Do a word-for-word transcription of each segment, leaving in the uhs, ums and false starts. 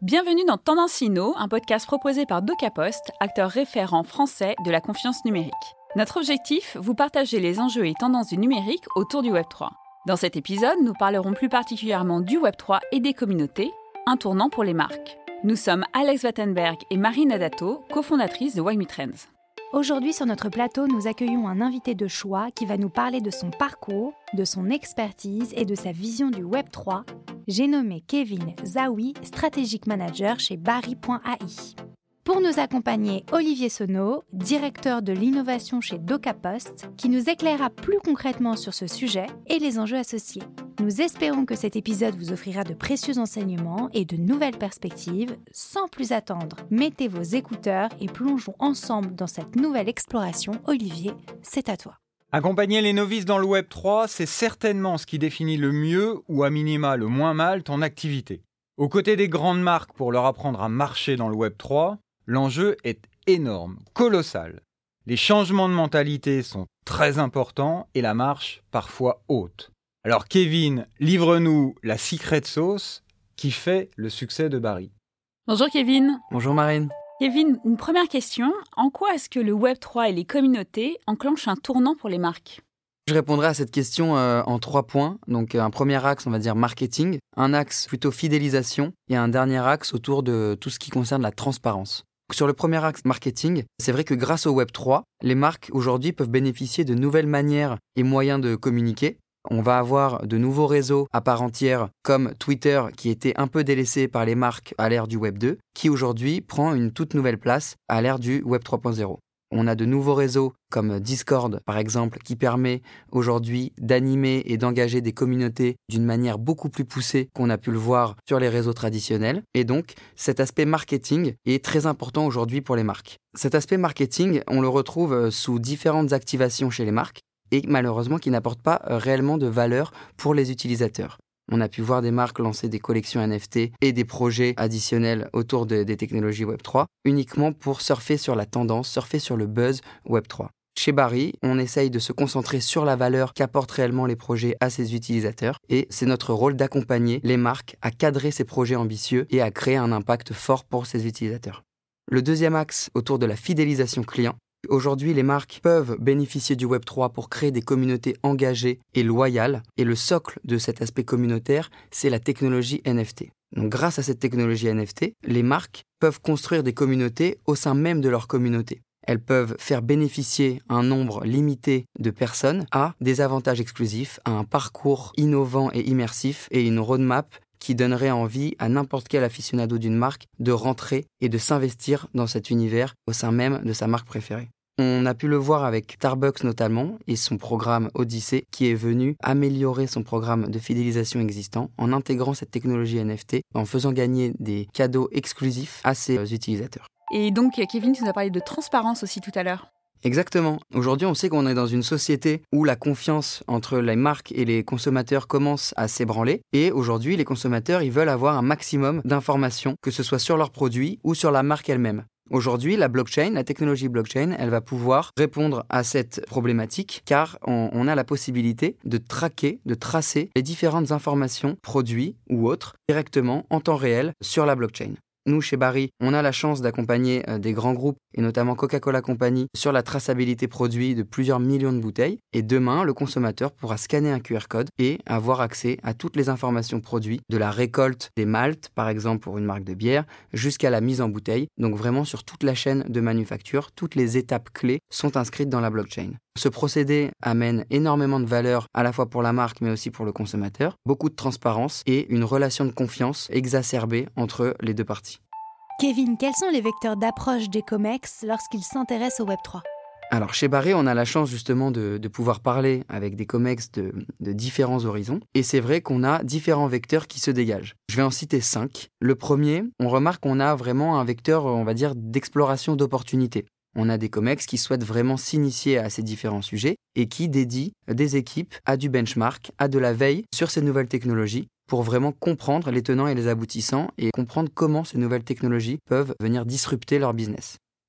Bienvenue dans Tendance Inno, un podcast proposé par DocaPost, acteur référent français de la confiance numérique. Notre objectif, vous partager les enjeux et tendances du numérique autour du web trois. Dans cet épisode, nous parlerons plus particulièrement du web trois et des communautés, un tournant pour les marques. Nous sommes Alex Wattenberg et Marie Nadato, cofondatrices de Why Me Trends. Aujourd'hui, sur notre plateau, nous accueillons un invité de choix qui va nous parler de son parcours, de son expertise et de sa vision du web trois. J'ai nommé Kevin Zaoui, Strategic Manager chez Barry point A I. Pour nous accompagner, Olivier Sonneau, directeur de l'innovation chez DocaPost, qui nous éclairera plus concrètement sur ce sujet et les enjeux associés. Nous espérons que cet épisode vous offrira de précieux enseignements et de nouvelles perspectives. Sans plus attendre, mettez vos écouteurs et plongeons ensemble dans cette nouvelle exploration. Olivier, c'est à toi. Accompagner les novices dans le web trois, c'est certainement ce qui définit le mieux ou à minima le moins mal ton activité. Aux côtés des grandes marques pour leur apprendre à marcher dans le web trois, l'enjeu est énorme, colossal. Les changements de mentalité sont très importants et la marche parfois haute. Alors Kevin, livre-nous la secret sauce qui fait le succès de Barry. Bonjour Kevin. Bonjour Marine. Kevin, une première question. En quoi est-ce que le web trois et les communautés enclenchent un tournant pour les marques ? Je répondrai à cette question euh, en trois points. Donc un premier axe, on va dire marketing, un axe plutôt fidélisation et un dernier axe autour de tout ce qui concerne la transparence. Sur le premier axe marketing, c'est vrai que grâce au web trois, les marques aujourd'hui peuvent bénéficier de nouvelles manières et moyens de communiquer. On va avoir de nouveaux réseaux à part entière comme Twitter qui était un peu délaissé par les marques à l'ère du web deux, qui aujourd'hui prend une toute nouvelle place à l'ère du web trois point zéro. On a de nouveaux réseaux comme Discord, par exemple, qui permet aujourd'hui d'animer et d'engager des communautés d'une manière beaucoup plus poussée qu'on a pu le voir sur les réseaux traditionnels. Et donc, cet aspect marketing est très important aujourd'hui pour les marques. Cet aspect marketing, on le retrouve sous différentes activations chez les marques et malheureusement qui n'apportent pas réellement de valeur pour les utilisateurs. On a pu voir des marques lancer des collections N F T et des projets additionnels autour de, des technologies web trois, uniquement pour surfer sur la tendance, surfer sur le buzz web trois. Chez Barry, on essaye de se concentrer sur la valeur qu'apportent réellement les projets à ses utilisateurs et c'est notre rôle d'accompagner les marques à cadrer ces projets ambitieux et à créer un impact fort pour ses utilisateurs. Le deuxième axe autour de la fidélisation client. Aujourd'hui, les marques peuvent bénéficier du web trois pour créer des communautés engagées et loyales. Et le socle de cet aspect communautaire, c'est la technologie N F T. Donc, grâce à cette technologie N F T, les marques peuvent construire des communautés au sein même de leur communauté. Elles peuvent faire bénéficier un nombre limité de personnes à des avantages exclusifs, à un parcours innovant et immersif et une roadmap qui donnerait envie à n'importe quel aficionado d'une marque de rentrer et de s'investir dans cet univers au sein même de sa marque préférée. On a pu le voir avec Starbucks notamment et son programme Odyssey qui est venu améliorer son programme de fidélisation existant en intégrant cette technologie N F T, en faisant gagner des cadeaux exclusifs à ses utilisateurs. Et donc Kevin, tu nous as parlé de transparence aussi tout à l'heure. Exactement. Aujourd'hui, on sait qu'on est dans une société où la confiance entre les marques et les consommateurs commence à s'ébranler. Et aujourd'hui, les consommateurs, ils veulent avoir un maximum d'informations, que ce soit sur leurs produits ou sur la marque elle-même. Aujourd'hui, la blockchain, la technologie blockchain, elle va pouvoir répondre à cette problématique car on, on a la possibilité de traquer, de tracer les différentes informations, produits ou autres, directement en temps réel sur la blockchain. Nous, chez Barry, on a la chance d'accompagner des grands groupes, et notamment Coca-Cola Company, sur la traçabilité produit de plusieurs millions de bouteilles. Et demain, le consommateur pourra scanner un Q R code et avoir accès à toutes les informations produits, de la récolte des maltes, par exemple pour une marque de bière, jusqu'à la mise en bouteille. Donc vraiment sur toute la chaîne de manufacture, toutes les étapes clés sont inscrites dans la blockchain. Ce procédé amène énormément de valeur à la fois pour la marque mais aussi pour le consommateur, beaucoup de transparence et une relation de confiance exacerbée entre les deux parties. Kevin, quels sont les vecteurs d'approche des comex lorsqu'ils s'intéressent au web trois ? Alors chez Barry, on a la chance justement de, de pouvoir parler avec des comex de, de différents horizons et c'est vrai qu'on a différents vecteurs qui se dégagent. Je vais en citer cinq. Le premier, on remarque qu'on a vraiment un vecteur, on va dire, d'exploration d'opportunités. On a des comex qui souhaitent vraiment s'initier à ces différents sujets et qui dédient des équipes à du benchmark, à de la veille sur ces nouvelles technologies pour vraiment comprendre les tenants et les aboutissants et comprendre comment ces nouvelles technologies peuvent venir disrupter leur business.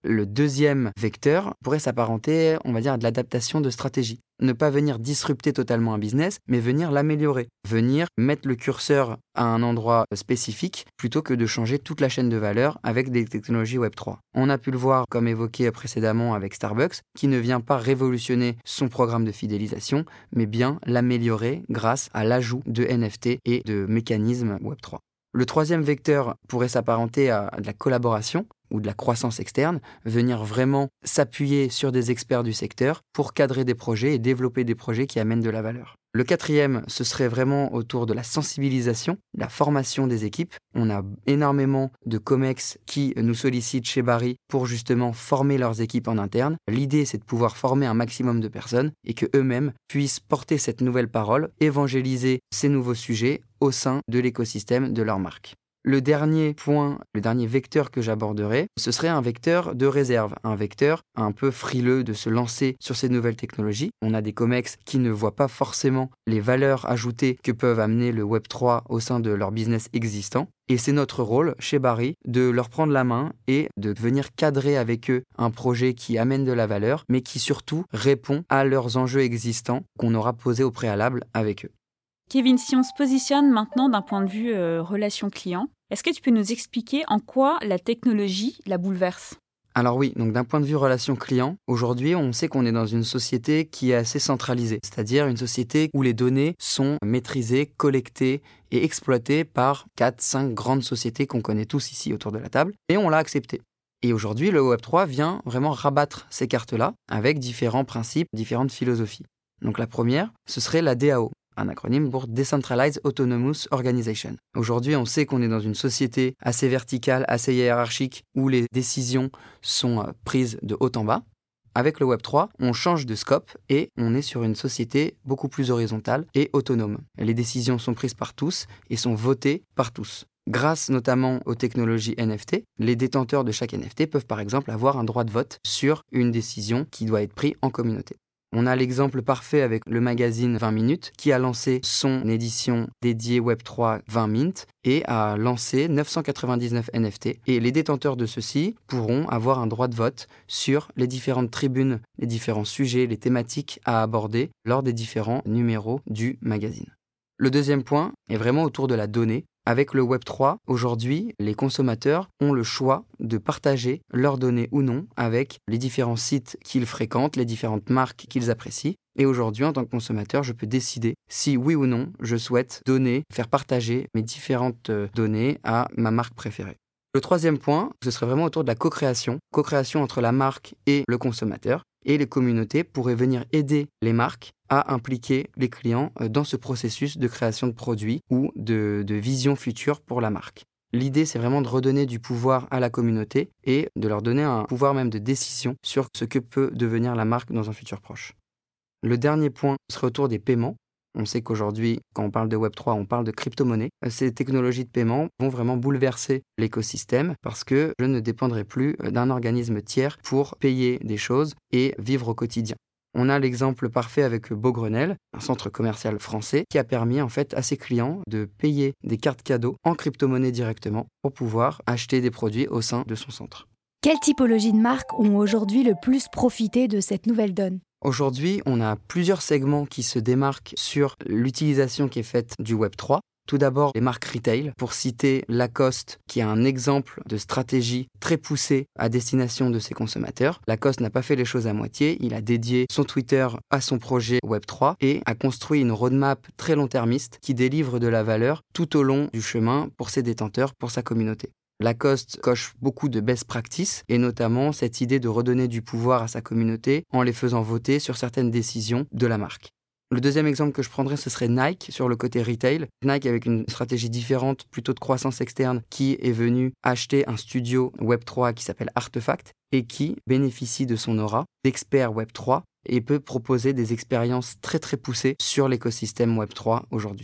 Le deuxième vecteur pourrait s'apparenter, on va dire, à de l'adaptation de stratégie. Ne pas venir disrupter totalement un business, mais venir l'améliorer. Venir mettre le curseur à un endroit spécifique plutôt que de changer toute la chaîne de valeur avec des technologies web trois. On a pu le voir, comme évoqué précédemment avec Starbucks, qui ne vient pas révolutionner son programme de fidélisation, mais bien l'améliorer grâce à l'ajout de N F T et de mécanismes web trois. Le troisième vecteur pourrait s'apparenter à de la collaboration ou de la croissance externe, venir vraiment s'appuyer sur des experts du secteur pour cadrer des projets et développer des projets qui amènent de la valeur. Le quatrième, ce serait vraiment autour de la sensibilisation, la formation des équipes. On a énormément de COMEX qui nous sollicitent chez Bari pour justement former leurs équipes en interne. L'idée, c'est de pouvoir former un maximum de personnes et qu'eux-mêmes puissent porter cette nouvelle parole, évangéliser ces nouveaux sujets au sein de l'écosystème de leur marque. Le dernier point, le dernier vecteur que j'aborderai, ce serait un vecteur de réserve, un vecteur un peu frileux de se lancer sur ces nouvelles technologies. On a des COMEX qui ne voient pas forcément les valeurs ajoutées que peuvent amener le web trois au sein de leur business existant. Et c'est notre rôle chez Bari de leur prendre la main et de venir cadrer avec eux un projet qui amène de la valeur, mais qui surtout répond à leurs enjeux existants qu'on aura posés au préalable avec eux. Kevin, si on se positionne maintenant d'un point de vue euh, relation client, est-ce que tu peux nous expliquer en quoi la technologie la bouleverse ? Alors oui, donc d'un point de vue relation client, aujourd'hui on sait qu'on est dans une société qui est assez centralisée, c'est-à-dire une société où les données sont maîtrisées, collectées et exploitées par quatre cinq grandes sociétés qu'on connaît tous ici autour de la table, et on l'a accepté. Et aujourd'hui, le web trois vient vraiment rabattre ces cartes-là avec différents principes, différentes philosophies. Donc la première, ce serait la D A O. Un acronyme pour Decentralized Autonomous Organization. Aujourd'hui, on sait qu'on est dans une société assez verticale, assez hiérarchique, où les décisions sont prises de haut en bas. Avec le web trois, on change de scope et on est sur une société beaucoup plus horizontale et autonome. Les décisions sont prises par tous et sont votées par tous. Grâce notamment aux technologies N F T, les détenteurs de chaque N F T peuvent par exemple avoir un droit de vote sur une décision qui doit être prise en communauté. On a l'exemple parfait avec le magazine vingt minutes qui a lancé son édition dédiée web trois vingt Mint et a lancé neuf cent quatre-vingt-dix-neuf N F T. Et les détenteurs de ceux-ci pourront avoir un droit de vote sur les différentes tribunes, les différents sujets, les thématiques à aborder lors des différents numéros du magazine. Le deuxième point est vraiment autour de la donnée. Avec le web trois, aujourd'hui, les consommateurs ont le choix de partager leurs données ou non avec les différents sites qu'ils fréquentent, les différentes marques qu'ils apprécient. Et aujourd'hui, en tant que consommateur, je peux décider si oui ou non je souhaite donner, faire partager mes différentes données à ma marque préférée. Le troisième point, ce serait vraiment autour de la co-création, co-création entre la marque et le consommateur. Et les communautés pourraient venir aider les marques à impliquer les clients dans ce processus de création de produits ou de, de vision future pour la marque. L'idée, c'est vraiment de redonner du pouvoir à la communauté et de leur donner un pouvoir même de décision sur ce que peut devenir la marque dans un futur proche. Le dernier point serait autour des paiements. On sait qu'aujourd'hui, quand on parle de web trois, on parle de crypto-monnaie. Ces technologies de paiement vont vraiment bouleverser l'écosystème parce que je ne dépendrai plus d'un organisme tiers pour payer des choses et vivre au quotidien. On a l'exemple parfait avec Beaugrenelle, un centre commercial français, qui a permis en fait à ses clients de payer des cartes cadeaux en crypto-monnaie directement pour pouvoir acheter des produits au sein de son centre. Quelle typologie de marques ont aujourd'hui le plus profité de cette nouvelle donne ? Aujourd'hui, on a plusieurs segments qui se démarquent sur l'utilisation qui est faite du web trois. Tout d'abord, les marques retail, pour citer Lacoste, qui est un exemple de stratégie très poussée à destination de ses consommateurs. Lacoste n'a pas fait les choses à moitié, il a dédié son Twitter à son projet web trois et a construit une roadmap très long-termiste qui délivre de la valeur tout au long du chemin pour ses détenteurs, pour sa communauté. Lacoste coche beaucoup de best practices et notamment cette idée de redonner du pouvoir à sa communauté en les faisant voter sur certaines décisions de la marque. Le deuxième exemple que je prendrais, ce serait Nike sur le côté retail. Nike avec une stratégie différente, plutôt de croissance externe, qui est venu acheter un studio web trois qui s'appelle Artefact et qui bénéficie de son aura d'expert web trois et peut proposer des expériences très très poussées sur l'écosystème web trois aujourd'hui.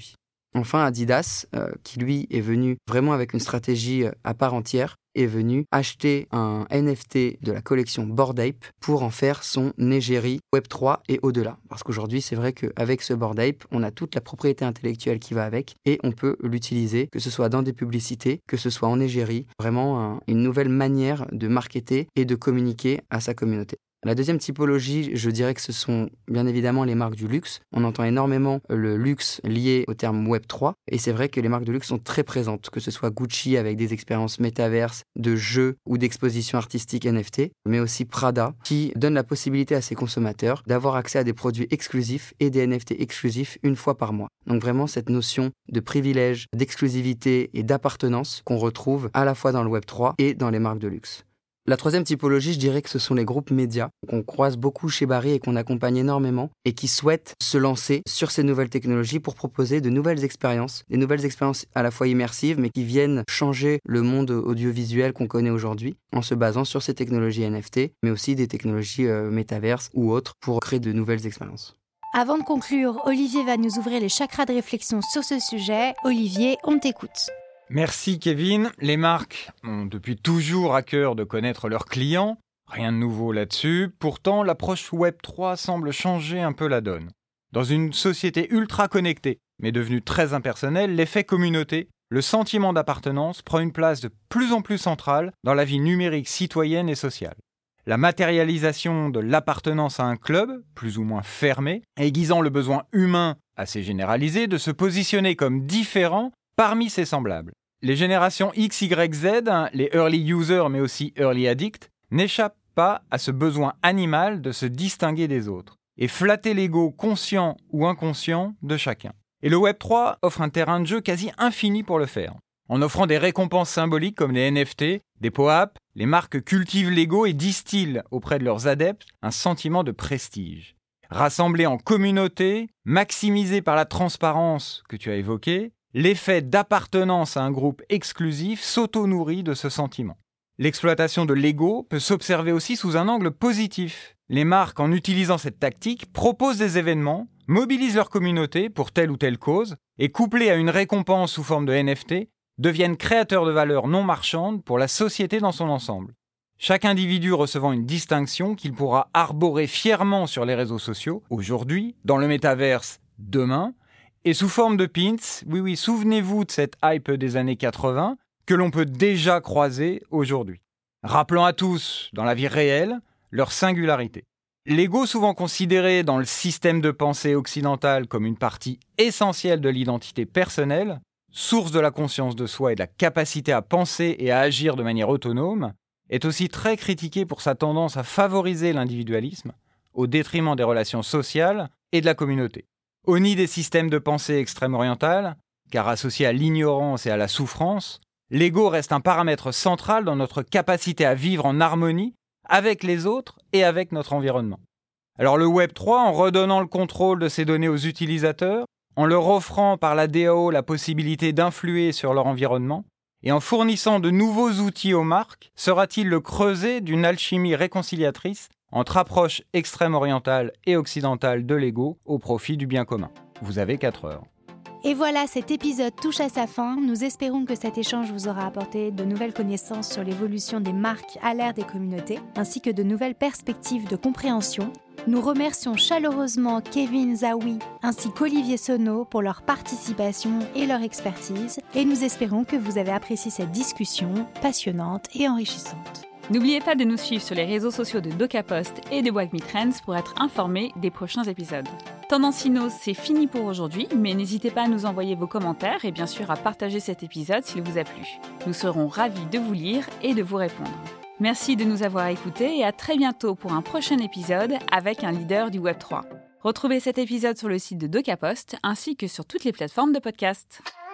Enfin, Adidas, euh, qui lui est venu vraiment avec une stratégie à part entière, est venu acheter un N F T de la collection Bored Ape pour en faire son égérie web trois et au-delà. Parce qu'aujourd'hui, c'est vrai qu'avec ce Bored Ape, on a toute la propriété intellectuelle qui va avec et on peut l'utiliser, que ce soit dans des publicités, que ce soit en égérie, vraiment un, une nouvelle manière de marketer et de communiquer à sa communauté. La deuxième typologie, je dirais que ce sont bien évidemment les marques du luxe. On entend énormément le luxe lié au terme web trois et c'est vrai que les marques de luxe sont très présentes, que ce soit Gucci avec des expériences métaverses, de jeux ou d'expositions artistiques N F T, mais aussi Prada qui donne la possibilité à ses consommateurs d'avoir accès à des produits exclusifs et des N F T exclusifs une fois par mois. Donc vraiment cette notion de privilège, d'exclusivité et d'appartenance qu'on retrouve à la fois dans le web trois et dans les marques de luxe. La troisième typologie, je dirais que ce sont les groupes médias qu'on croise beaucoup chez Barry et qu'on accompagne énormément et qui souhaitent se lancer sur ces nouvelles technologies pour proposer de nouvelles expériences, des nouvelles expériences à la fois immersives mais qui viennent changer le monde audiovisuel qu'on connaît aujourd'hui en se basant sur ces technologies N F T mais aussi des technologies euh, métaverses ou autres pour créer de nouvelles expériences. Avant de conclure, Olivier va nous ouvrir les chakras de réflexion sur ce sujet. Olivier, on t'écoute. Merci Kevin. Les marques ont depuis toujours à cœur de connaître leurs clients. Rien de nouveau là-dessus. Pourtant, l'approche web trois semble changer un peu la donne. Dans une société ultra connectée, mais devenue très impersonnelle, l'effet communauté, le sentiment d'appartenance prend une place de plus en plus centrale dans la vie numérique citoyenne et sociale. La matérialisation de l'appartenance à un club, plus ou moins fermé, aiguisant le besoin humain assez généralisé de se positionner comme différent parmi ses semblables. Les générations X, Y, Z, les early users mais aussi early addicts, n'échappent pas à ce besoin animal de se distinguer des autres et flatter l'ego conscient ou inconscient de chacun. Et le web trois offre un terrain de jeu quasi infini pour le faire. En offrant des récompenses symboliques comme les N F T, des pop-up, les marques cultivent l'ego et distillent auprès de leurs adeptes un sentiment de prestige. Rassemblés en communauté, maximisés par la transparence que tu as évoquée, l'effet d'appartenance à un groupe exclusif s'auto-nourrit de ce sentiment. L'exploitation de l'ego peut s'observer aussi sous un angle positif. Les marques, en utilisant cette tactique, proposent des événements, mobilisent leur communauté pour telle ou telle cause, et couplés à une récompense sous forme de N F T, deviennent créateurs de valeurs non marchandes pour la société dans son ensemble. Chaque individu recevant une distinction qu'il pourra arborer fièrement sur les réseaux sociaux, aujourd'hui, dans le métaverse, demain, et sous forme de pins, oui oui, souvenez-vous de cette hype des années quatre-vingts que l'on peut déjà croiser aujourd'hui. Rappelant à tous, dans la vie réelle, leur singularité. L'ego, souvent considéré dans le système de pensée occidental comme une partie essentielle de l'identité personnelle, source de la conscience de soi et de la capacité à penser et à agir de manière autonome, est aussi très critiqué pour sa tendance à favoriser l'individualisme au détriment des relations sociales et de la communauté. Au nid des systèmes de pensée extrême-orientale, car associé à l'ignorance et à la souffrance, l'ego reste un paramètre central dans notre capacité à vivre en harmonie avec les autres et avec notre environnement. Alors le web trois, en redonnant le contrôle de ces données aux utilisateurs, en leur offrant par la D A O la possibilité d'influer sur leur environnement, et en fournissant de nouveaux outils aux marques, sera-t-il le creuset d'une alchimie réconciliatrice entre approche extrême-orientale et occidentale de l'ego au profit du bien commun. Vous avez quatre heures. Et voilà, cet épisode touche à sa fin. Nous espérons que cet échange vous aura apporté de nouvelles connaissances sur l'évolution des marques à l'ère des communautés, ainsi que de nouvelles perspectives de compréhension. Nous remercions chaleureusement Kevin Zawi ainsi qu'Olivier Sonneau pour leur participation et leur expertise, et nous espérons que vous avez apprécié cette discussion passionnante et enrichissante. N'oubliez pas de nous suivre sur les réseaux sociaux de DocaPost et de WAGMI Trends pour être informés des prochains épisodes. Tendancinos, c'est fini pour aujourd'hui, mais n'hésitez pas à nous envoyer vos commentaires et bien sûr à partager cet épisode s'il vous a plu. Nous serons ravis de vous lire et de vous répondre. Merci de nous avoir écoutés et à très bientôt pour un prochain épisode avec un leader du web trois. Retrouvez cet épisode sur le site de DocaPost ainsi que sur toutes les plateformes de podcast.